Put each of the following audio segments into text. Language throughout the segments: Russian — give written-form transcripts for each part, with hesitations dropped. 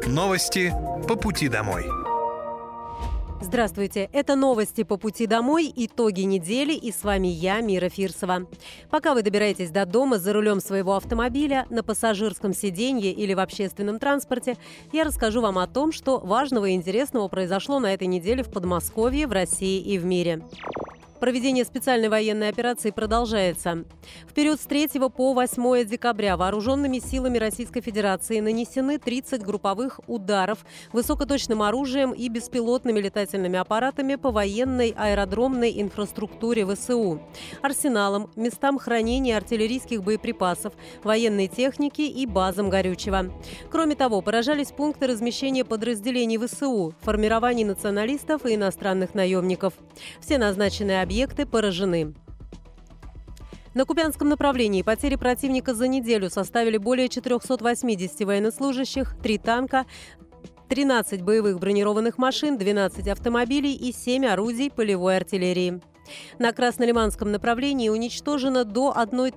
Новости по пути домой. Здравствуйте, это новости по пути домой, итоги недели, и с вами я, Мира Фирсова. Пока вы добираетесь до дома за рулем своего автомобиля, на пассажирском сиденье или в общественном транспорте, я расскажу вам о том, что важного и интересного произошло на этой неделе в Подмосковье, в России и в мире. Проведение специальной военной операции продолжается. В период с 3 по 8 декабря вооруженными силами Российской Федерации нанесены 30 групповых ударов высокоточным оружием и беспилотными летательными аппаратами по военной аэродромной инфраструктуре ВСУ, арсеналам, местам хранения артиллерийских боеприпасов, военной техники и базам горючего. Кроме того, поражались пункты размещения подразделений ВСУ, формирований националистов и иностранных наемников. Все назначенные объекты поражены. На Купянском направлении потери противника за неделю составили более 480 военнослужащих, 3 танка, 13 боевых бронированных машин, 12 автомобилей и 7 орудий полевой артиллерии. На Краснолиманском направлении уничтожено до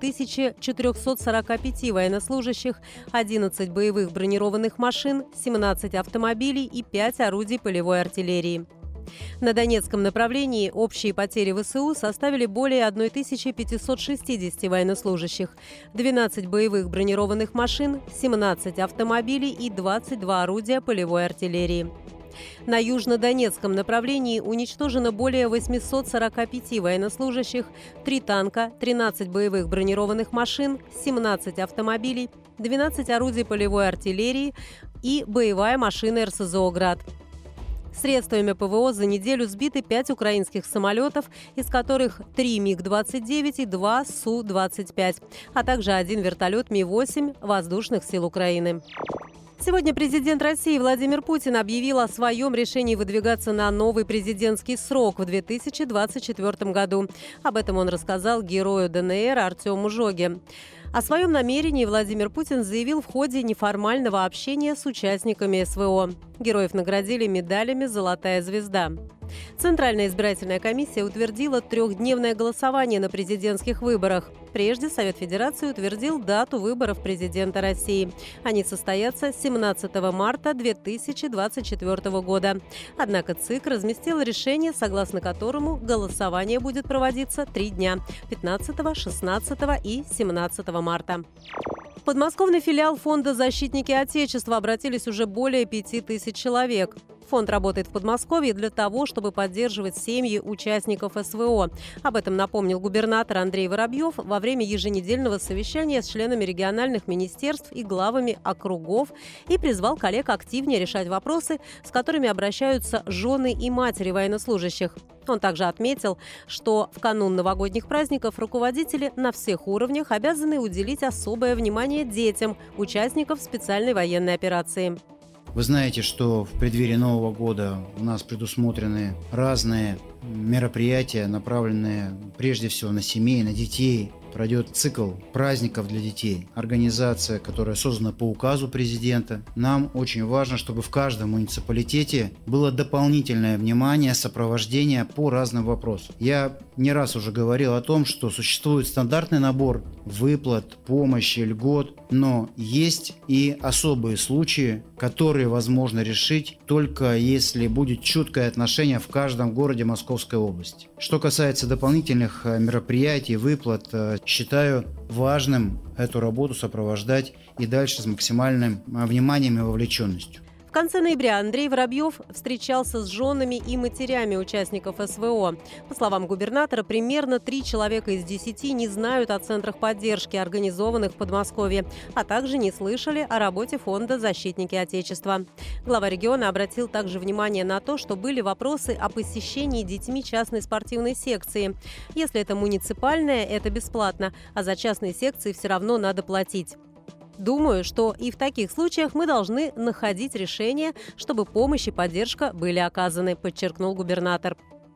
1445 военнослужащих, 11 боевых бронированных машин, 17 автомобилей и 5 орудий полевой артиллерии. На Донецком направлении общие потери ВСУ составили более 1560 военнослужащих, 12 боевых бронированных машин, 17 автомобилей и 22 орудия полевой артиллерии. На Южнодонецком направлении уничтожено более 845 военнослужащих, 3 танка, 13 боевых бронированных машин, 17 автомобилей, 12 орудий полевой артиллерии и боевая машина РСЗО «Град». Средствами ПВО за неделю сбиты 5 украинских самолетов, из которых 3 МиГ-29 и 2 Су-25, а также 1 вертолет Ми-8 Воздушных сил Украины. Сегодня президент России Владимир Путин объявил о своем решении выдвигаться на новый президентский срок в 2024 году. Об этом он рассказал герою ДНР Артему Жоге. О своем намерении Владимир Путин заявил в ходе неформального общения с участниками СВО. Героев наградили медалями «Золотая звезда». Центральная избирательная комиссия утвердила 3-дневное голосование на президентских выборах. Прежде Совет Федерации утвердил дату выборов президента России. Они состоятся 17 марта 2024 года. Однако ЦИК разместил решение, согласно которому голосование будет проводиться 3 дня – 15, 16 и 17 марта. В подмосковный филиал фонда «Защитники Отечества» обратились уже более 5000 человек. Фонд работает в Подмосковье для того, чтобы поддерживать семьи участников СВО. Об этом напомнил губернатор Андрей Воробьев во время еженедельного совещания с членами региональных министерств и главами округов и призвал коллег активнее решать вопросы, с которыми обращаются жены и матери военнослужащих. Он также отметил, что в канун новогодних праздников руководители на всех уровнях обязаны уделить особое внимание детям, участников специальной военной операции. Вы знаете, что в преддверии Нового года у нас предусмотрены разные мероприятия, направленные прежде всего на семей, на детей. Пройдет цикл праздников для детей. Организация, которая создана по указу президента. Нам очень важно, чтобы в каждом муниципалитете было дополнительное внимание, сопровождение по разным вопросам. Я не раз уже говорил о том, что существует стандартный набор выплат, помощи, льгот, но есть и особые случаи, которые возможно решить только если будет чуткое отношение в каждом городе Московской области. Что касается дополнительных мероприятий, выплат, считаю важным эту работу сопровождать и дальше с максимальным вниманием и вовлеченностью. В конце ноября Андрей Воробьев встречался с женами и матерями участников СВО. По словам губернатора, примерно 3 человека из 10 не знают о центрах поддержки, организованных в Подмосковье, а также не слышали о работе фонда «Защитники Отечества». Глава региона обратил также внимание на то, что были вопросы о посещении детьми частной спортивной секции. Если это муниципальная, это бесплатно, а за частные секции все равно надо платить. Думаю, что и в таких случаях мы должны находить решение, чтобы помощь и поддержка были оказаны, подчеркнул губернатор.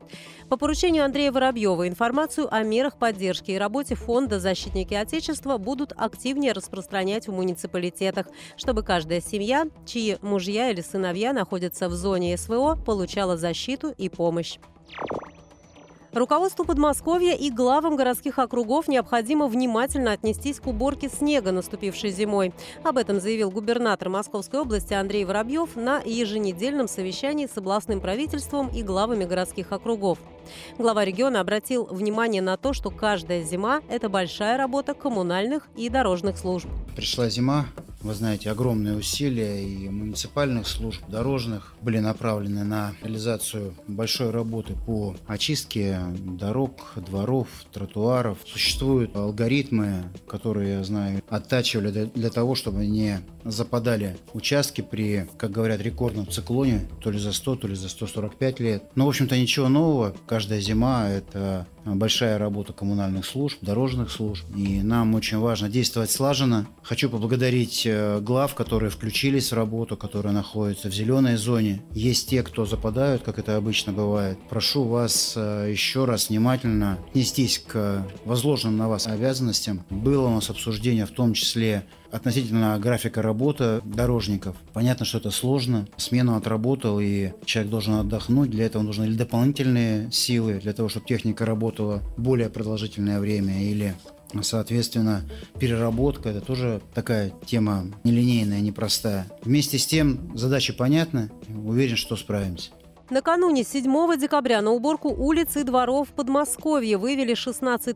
По поручению Андрея Воробьева информацию о мерах поддержки и работе фонда «Защитники Отечества» будут активнее распространять в муниципалитетах, чтобы каждая семья, чьи мужья или сыновья находятся в зоне СВО, получала защиту и помощь. Руководству Подмосковья и главам городских округов необходимо внимательно отнестись к уборке снега, наступившей зимой. Об этом заявил губернатор Московской области Андрей Воробьев на еженедельном совещании с областным правительством и главами городских округов. Глава региона обратил внимание на то, что каждая зима – это большая работа коммунальных и дорожных служб. Пришла зима. Вы знаете, огромные усилия и муниципальных служб, дорожных были направлены на реализацию большой работы по очистке дорог, дворов, тротуаров. Существуют алгоритмы, которые, я знаю, оттачивали для того, чтобы не западали участки при, как говорят, рекордном циклоне, то ли за 100, то ли за 145 лет. Но, в общем-то, ничего нового. Каждая зима – это большая работа коммунальных служб, дорожных служб. И нам очень важно действовать слаженно. Хочу поблагодарить глав, которые включились в работу, которые находятся в зеленой зоне. Есть те, кто западают, как это обычно бывает. Прошу вас еще раз внимательно отнестись к возложенным на вас обязанностям. Было у нас обсуждение в том числе относительно графика работы дорожников. Понятно, что это сложно. Смену отработал, и человек должен отдохнуть. Для этого нужны или дополнительные силы, для того, чтобы техника работала более продолжительное время, или, соответственно, переработка. Это тоже такая тема нелинейная, непростая. Вместе с тем задачи понятны. Уверен, что справимся. Накануне 7 декабря на уборку улиц и дворов в Подмосковье вывели 16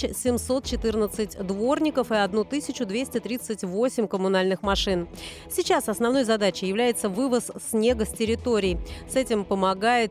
714 дворников и 1238 коммунальных машин. Сейчас основной задачей является вывоз снега с территорий. С этим помогает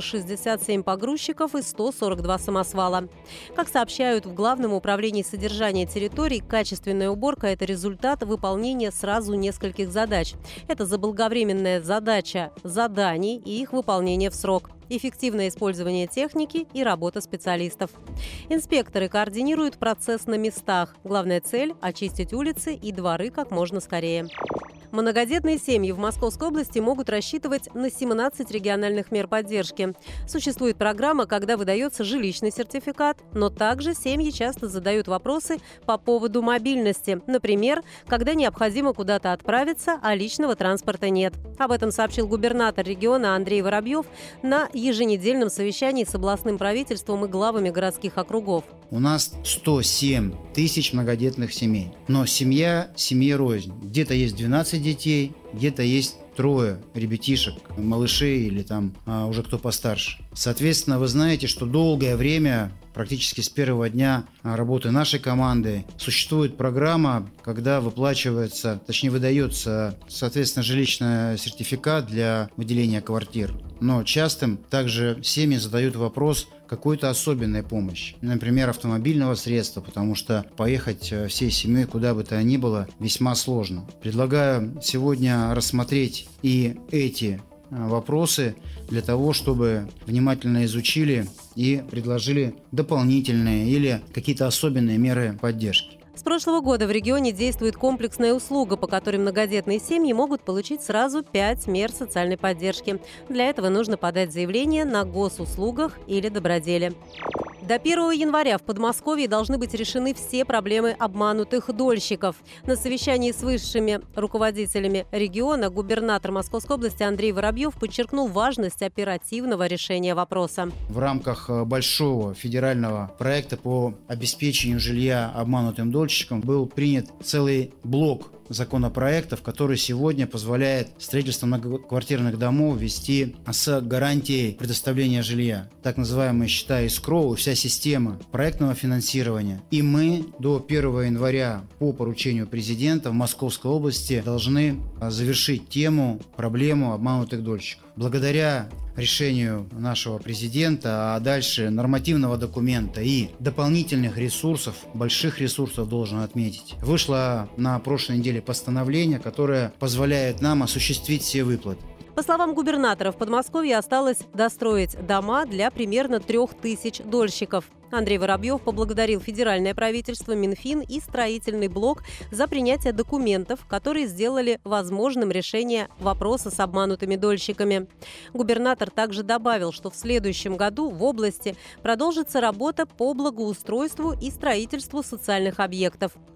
367 погрузчиков и 142 самосвала. Как сообщают в Главном управлении содержания территорий, качественная уборка – это результат выполнения сразу нескольких задач. Это заблаговременная задача заданий и их выполнение в срок, эффективное использование техники и работа специалистов. Инспекторы координируют процесс на местах. Главная цель – очистить улицы и дворы как можно скорее. Многодетные семьи в Московской области могут рассчитывать на 17 региональных мер поддержки. Существует программа, когда выдается жилищный сертификат, но также семьи часто задают вопросы по поводу мобильности. Например, когда необходимо куда-то отправиться, а личного транспорта нет. Об этом сообщил губернатор региона Андрей Воробьев на еженедельном совещании с областным правительством и главами городских округов. У нас 107 тысяч многодетных семей. Но семья семье рознь. Где-то есть 12 детей, где-то есть 3 ребятишек, малышей или там уже кто постарше. Соответственно, вы знаете, что долгое время, практически с первого дня работы нашей команды, существует программа, когда выплачивается, точнее выдается, соответственно, жилищный сертификат для выделения квартир. Но частым также семьи задают вопрос какой-то особенной помощи, например, автомобильного средства, потому что поехать всей семьей куда бы то ни было весьма сложно. Предлагаю сегодня рассмотреть и эти вопросы для того, чтобы внимательно изучили и предложили дополнительные или какие-то особенные меры поддержки. С прошлого года в регионе действует комплексная услуга, по которой многодетные семьи могут получить сразу 5 мер социальной поддержки. Для этого нужно подать заявление на госуслугах или доброделе. До 1 января в Подмосковье должны быть решены все проблемы обманутых дольщиков. На совещании с высшими руководителями региона губернатор Московской области Андрей Воробьев подчеркнул важность оперативного решения вопроса. В рамках большого федерального проекта по обеспечению жилья обманутым дольщикам был принят целый блок законопроектов, который сегодня позволяет строительство многоквартирных домов вести с гарантией предоставления жилья. Так называемые счета эскроу и вся система проектного финансирования. И мы до 1 января по поручению президента в Московской области должны завершить проблему обманутых дольщиков. Благодаря решению нашего президента, а дальше нормативного документа и дополнительных ресурсов, больших ресурсов должен отметить, вышло на прошлой неделе постановление, которое позволяет нам осуществить все выплаты. По словам губернатора, в Подмосковье осталось достроить дома для примерно 3000 дольщиков. Андрей Воробьев поблагодарил федеральное правительство, Минфин и строительный блок за принятие документов, которые сделали возможным решение вопроса с обманутыми дольщиками. Губернатор также добавил, что в следующем году в области продолжится работа по благоустройству и строительству социальных объектов.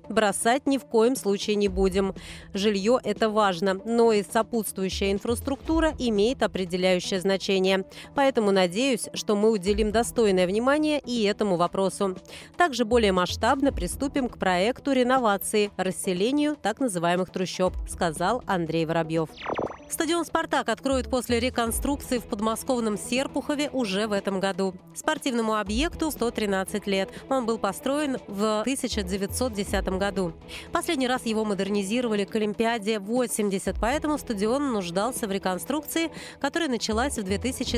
Бросать ни в коем случае не будем. Жилье – это важно, но и сопутствующая инфраструктура имеет определяющее значение. Поэтому надеюсь, что мы уделим достойное внимание и этому вопросу. Также более масштабно приступим к проекту реновации, расселению так называемых трущоб, сказал Андрей Воробьев. Стадион «Спартак» откроют после реконструкции в подмосковном Серпухове уже в этом году. Спортивному объекту 113 лет. Он был построен в 1910 году. Последний раз его модернизировали к Олимпиаде 80, поэтому стадион нуждался в реконструкции, которая началась в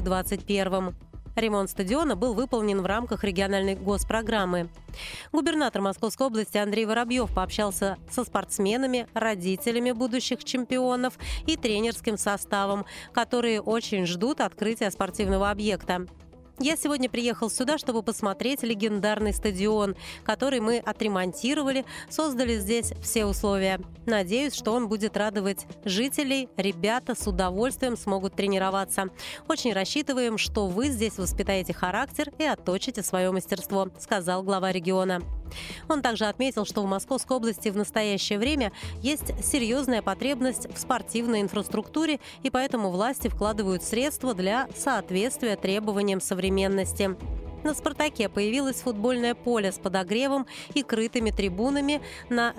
2021. Ремонт стадиона был выполнен в рамках региональной госпрограммы. Губернатор Московской области Андрей Воробьев пообщался со спортсменами, родителями будущих чемпионов и тренерским составом, которые очень ждут открытия спортивного объекта. Я сегодня приехал сюда, чтобы посмотреть легендарный стадион, который мы отремонтировали, создали здесь все условия. Надеюсь, что он будет радовать жителей. Ребята с удовольствием смогут тренироваться. Очень рассчитываем, что вы здесь воспитаете характер и отточите свое мастерство, сказал глава региона. Он также отметил, что в Московской области в настоящее время есть серьезная потребность в спортивной инфраструктуре, и поэтому власти вкладывают средства для соответствия требованиям современности. На «Спартаке» появилось футбольное поле с подогревом и крытыми трибунами на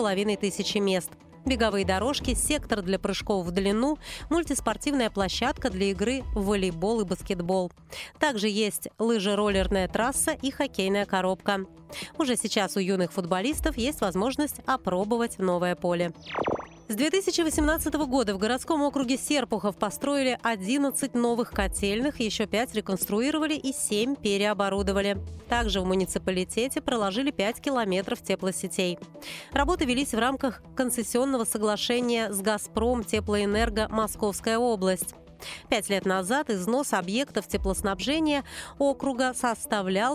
2500 мест. Беговые дорожки, сектор для прыжков в длину, мультиспортивная площадка для игры в волейбол и баскетбол. Также есть лыжероллерная трасса и хоккейная коробка. Уже сейчас у юных футболистов есть возможность опробовать новое поле. С 2018 года в городском округе Серпухов построили 11 новых котельных, еще 5 реконструировали и 7 переоборудовали. Также в муниципалитете проложили 5 километров теплосетей. Работы велись в рамках концессионного соглашения с «Газпром Теплоэнерго» Московская область. 5 лет назад износ объектов теплоснабжения округа составлял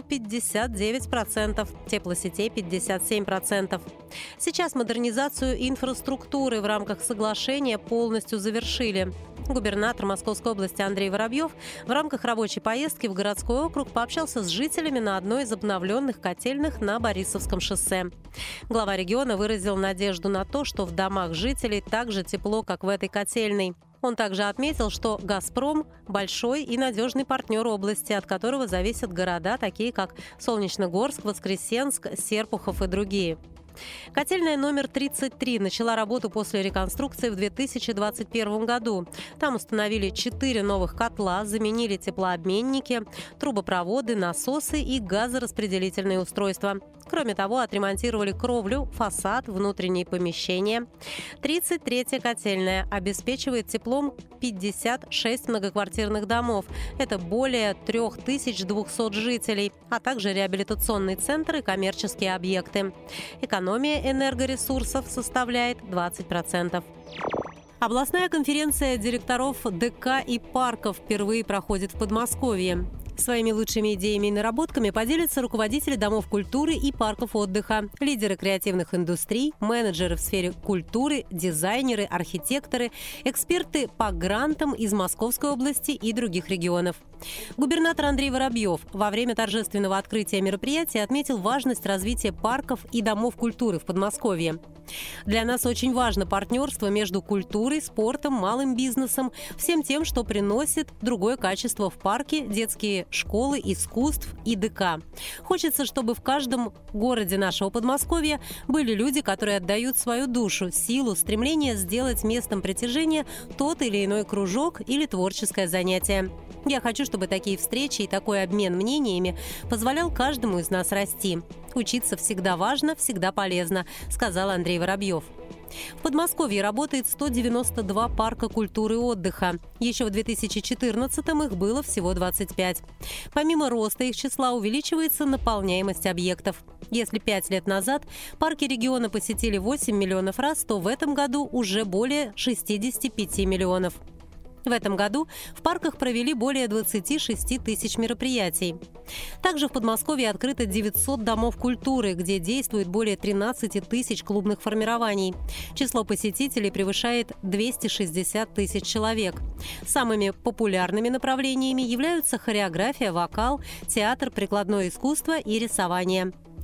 59%, теплосетей – 57%. Сейчас модернизацию инфраструктуры в рамках соглашения полностью завершили. Губернатор Московской области Андрей Воробьев в рамках рабочей поездки в городской округ пообщался с жителями на одной из обновленных котельных на Борисовском шоссе. Глава региона выразил надежду на то, что в домах жителей так же тепло, как в этой котельной. Он также отметил, что «Газпром» – большой и надежный партнер области, от которого зависят города, такие как Солнечногорск, Воскресенск, Серпухов и другие. Котельная номер 33 начала работу после реконструкции в 2021 году. Там установили 4 новых котла, заменили теплообменники, трубопроводы, насосы и газораспределительные устройства. Кроме того, отремонтировали кровлю, фасад, внутренние помещения. 33-я котельная обеспечивает теплом 56 многоквартирных домов. Это более 3200 жителей, а также реабилитационный центр и коммерческие объекты. Экономия энергоресурсов составляет 20%. Областная конференция директоров ДК и парков впервые проходит в Подмосковье. Своими лучшими идеями и наработками поделятся руководители домов культуры и парков отдыха, лидеры креативных индустрий, менеджеры в сфере культуры, дизайнеры, архитекторы, эксперты по грантам из Московской области и других регионов. Губернатор Андрей Воробьев во время торжественного открытия мероприятия отметил важность развития парков и домов культуры в Подмосковье. Для нас очень важно партнерство между культурой, спортом, малым бизнесом, всем тем, что приносит другое качество в парке, детские школы искусств и ДК. Хочется, чтобы в каждом городе нашего Подмосковья были люди, которые отдают свою душу, силу, стремление сделать местом притяжения тот или иной кружок или творческое занятие. Я хочу, чтобы такие встречи и такой обмен мнениями позволял каждому из нас расти. Учиться всегда важно, всегда полезно, сказал Андрей Воробьев. В Подмосковье работает 192 парка культуры и отдыха. Еще в 2014-м их было всего 25. Помимо роста их числа увеличивается наполняемость объектов. Если 5 лет назад парки региона посетили 8 миллионов раз, то в этом году уже более 65 миллионов. В этом году в парках провели более 26 тысяч мероприятий. Также в Подмосковье открыто 900 домов культуры, где действует более 13 тысяч клубных формирований. Число посетителей превышает 260 тысяч человек. Самыми популярными направлениями являются хореография, вокал, театр, прикладное искусство и рисование.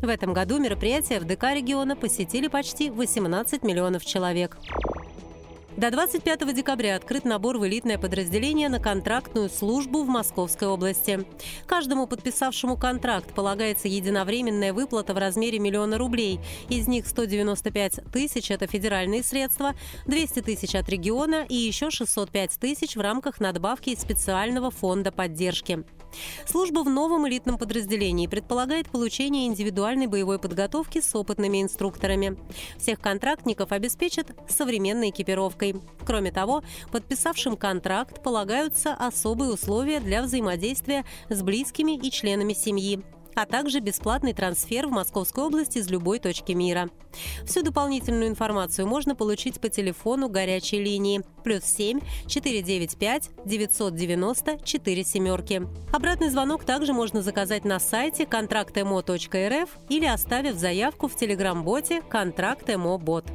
В этом году мероприятия в ДК региона посетили почти 18 миллионов человек. До 25 декабря открыт набор в элитное подразделение на контрактную службу в Московской области. Каждому подписавшему контракт полагается единовременная выплата в размере 1 000 000 рублей. Из них 195 тысяч – это федеральные средства, 200 тысяч от региона и еще 605 тысяч в рамках надбавки из специального фонда поддержки. Служба в новом элитном подразделении предполагает получение индивидуальной боевой подготовки с опытными инструкторами. Всех контрактников обеспечат современной экипировкой. Кроме того, подписавшим контракт полагаются особые условия для взаимодействия с близкими и членами семьи, а также бесплатный трансфер в Московскую область из любой точки мира. Всю дополнительную информацию можно получить по телефону горячей линии +7 495 990 47. Обратный звонок также можно заказать на сайте контракт.мо.рф или оставив заявку в телеграм-боте «Контракт.мо-бот».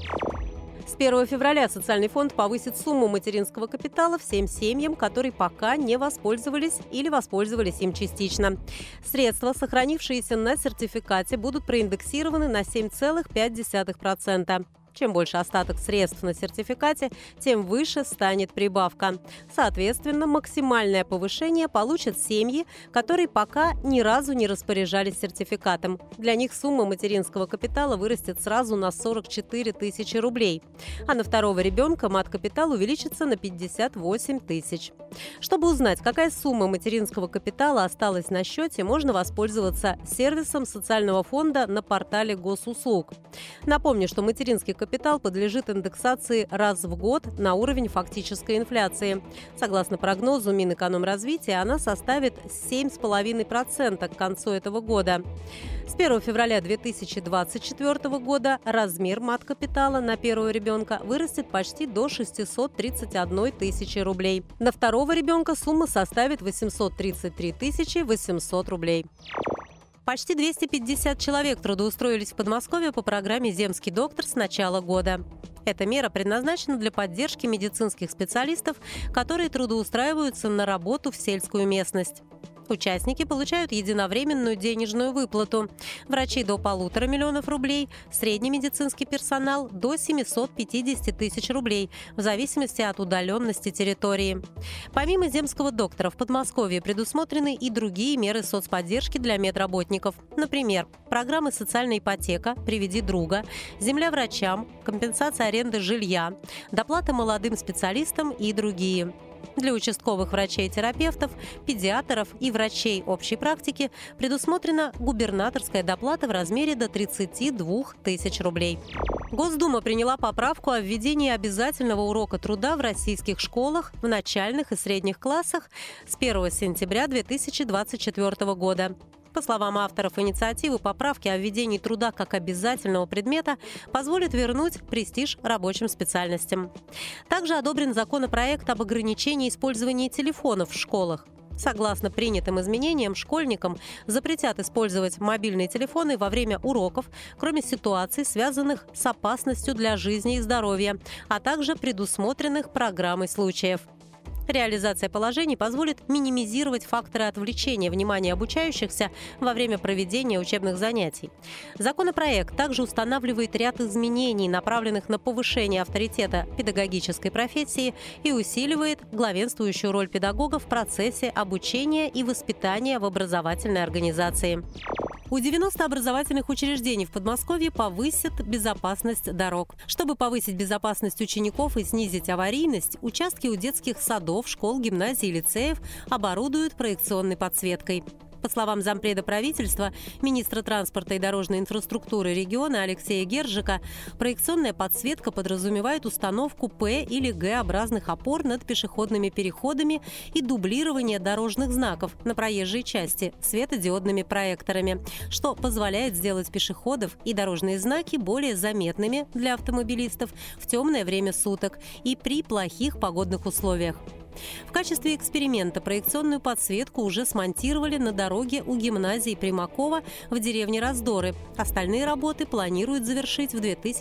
С 1 февраля социальный фонд повысит сумму материнского капитала всем семьям, которые пока не воспользовались или воспользовались им частично. Средства, сохранившиеся на сертификате, будут проиндексированы на 7,5%. Чем больше остаток средств на сертификате, тем выше станет прибавка. Соответственно, максимальное повышение получат семьи, которые пока ни разу не распоряжались сертификатом. Для них сумма материнского капитала вырастет сразу на 44 тысячи рублей. А на второго ребенка мат-капитал увеличится на 58 тысяч. Чтобы узнать, какая сумма материнского капитала осталась на счете, можно воспользоваться сервисом социального фонда на портале госуслуг. Напомню, что материнский капитал подлежит индексации раз в год на уровень фактической инфляции. Согласно прогнозу Минэкономразвития, она составит 7,5% к концу этого года. С 1 февраля 2024 года размер мат-капитала на первого ребенка вырастет почти до 631 тысячи рублей. На второго ребенка сумма составит 833 800 рублей. Почти 250 человек трудоустроились в Подмосковье по программе «Земский доктор» с начала года. Эта мера предназначена для поддержки медицинских специалистов, которые трудоустраиваются на работу в сельскую местность. Участники получают единовременную денежную выплату. Врачи до 1,5 миллиона рублей, средний медицинский персонал до 750 тысяч рублей, в зависимости от удаленности территории. Помимо земского доктора в Подмосковье предусмотрены и другие меры соцподдержки для медработников. Например, программы «Социальная ипотека», «Приведи друга», «Земля врачам», компенсация аренды жилья, доплата молодым специалистам и другие. Для участковых врачей-терапевтов, педиатров и врачей общей практики предусмотрена губернаторская доплата в размере до 32 тысяч рублей. Госдума приняла поправку о введении обязательного урока труда в российских школах в начальных и средних классах с 1 сентября 2024 года. По словам авторов инициативы, поправки о введении труда как обязательного предмета позволят вернуть престиж рабочим специальностям. Также одобрен законопроект об ограничении использования телефонов в школах. Согласно принятым изменениям, школьникам запретят использовать мобильные телефоны во время уроков, кроме ситуаций, связанных с опасностью для жизни и здоровья, а также предусмотренных программой случаев. Реализация положений позволит минимизировать факторы отвлечения внимания обучающихся во время проведения учебных занятий. Законопроект также устанавливает ряд изменений, направленных на повышение авторитета педагогической профессии и усиливает главенствующую роль педагога в процессе обучения и воспитания в образовательной организации. У 90 образовательных учреждений в Подмосковье повысят безопасность дорог. Чтобы повысить безопасность учеников и снизить аварийность, участки у детских садов, школ, гимназий и лицеев оборудуют проекционной подсветкой. По словам зампреда правительства, министра транспорта и дорожной инфраструктуры региона Алексея Гержика, проекционная подсветка подразумевает установку П- или Г-образных опор над пешеходными переходами и дублирование дорожных знаков на проезжей части светодиодными проекторами, что позволяет сделать пешеходов и дорожные знаки более заметными для автомобилистов в темное время суток и при плохих погодных условиях. В качестве эксперимента проекционную подсветку уже смонтировали на дороге у гимназии Примакова в деревне Раздоры. Остальные работы планируют завершить в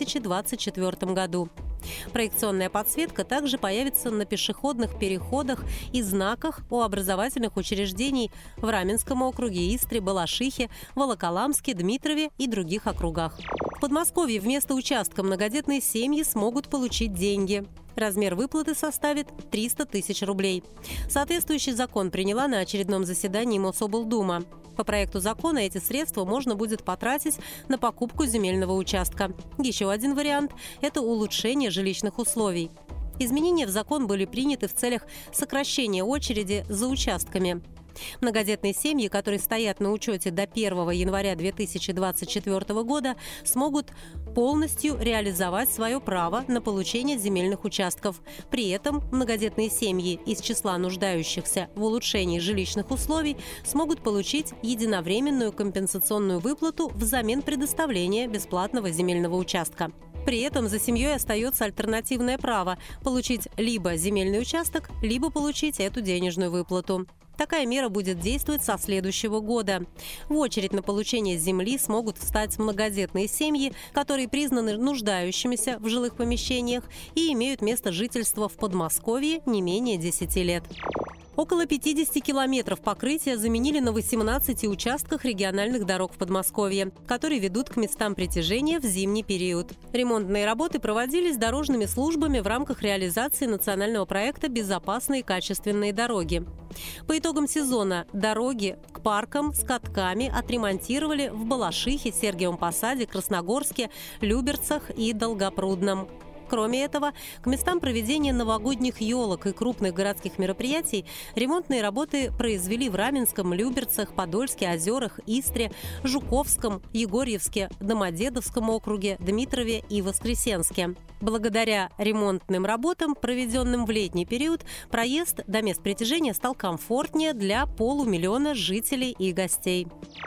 2024 году. Проекционная подсветка также появится на пешеходных переходах и знаках у образовательных учреждений в Раменском округе, Истре, Балашихе, Волоколамске, Дмитрове и других округах. В Подмосковье вместо участка многодетные семьи смогут получить деньги. Размер выплаты составит 300 тысяч рублей. Соответствующий закон приняла на очередном заседании Мособлдума. По проекту закона эти средства можно будет потратить на покупку земельного участка. Еще один вариант – это улучшение жилищных условий. Изменения в закон были приняты в целях сокращения очереди за участками. Многодетные семьи, которые стоят на учете до 1 января 2024 года, смогут полностью реализовать свое право на получение земельных участков. При этом многодетные семьи из числа нуждающихся в улучшении жилищных условий смогут получить единовременную компенсационную выплату взамен предоставления бесплатного земельного участка. При этом за семьей остается альтернативное право – получить либо земельный участок, либо получить эту денежную выплату. Такая мера будет действовать со следующего года. В очередь на получение земли смогут встать многодетные семьи, которые признаны нуждающимися в жилых помещениях и имеют место жительства в Подмосковье не менее 10 лет. Около 50 километров покрытия заменили на 18 участках региональных дорог в Подмосковье, которые ведут к местам притяжения в зимний период. Ремонтные работы проводились дорожными службами в рамках реализации национального проекта «Безопасные и качественные дороги». По итогам сезона дороги к паркам с катками отремонтировали в Балашихе, Сергиевом Посаде, Красногорске, Люберцах и Долгопрудном. Кроме этого, к местам проведения новогодних елок и крупных городских мероприятий ремонтные работы произвели в Раменском, Люберцах, Подольске, Озерах, Истре, Жуковском, Егорьевске, Домодедовском округе, Дмитрове и Воскресенске. Благодаря ремонтным работам, проведенным в летний период, проезд до мест притяжения стал комфортнее для 500 000 жителей и гостей.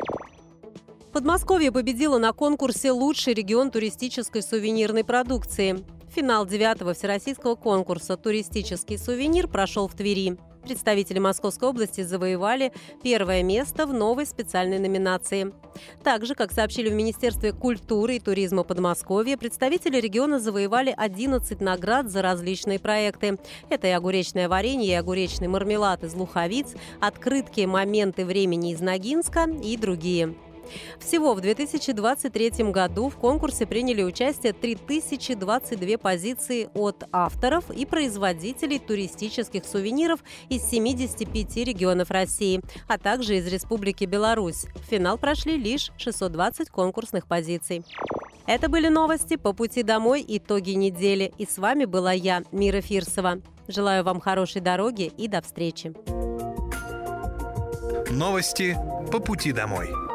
Подмосковье победило на конкурсе «Лучший регион туристической сувенирной продукции». Финал 9-го всероссийского конкурса «Туристический сувенир» прошел в Твери. Представители Московской области завоевали первое место в новой специальной номинации. Также, как сообщили в Министерстве культуры и туризма Подмосковья, представители региона завоевали 11 наград за различные проекты. Это и огуречное варенье, и огуречный мармелад из Луховиц, открытки «Моменты времени» из Ногинска и другие. Всего в 2023 году в конкурсе приняли участие 3022 позиции от авторов и производителей туристических сувениров из 75 регионов России, а также из Республики Беларусь. В финал прошли лишь 620 конкурсных позиций. Это были новости по пути домой, итоги недели. И с вами была я, Мира Фирсова. Желаю вам хорошей дороги и до встречи. Новости по пути домой.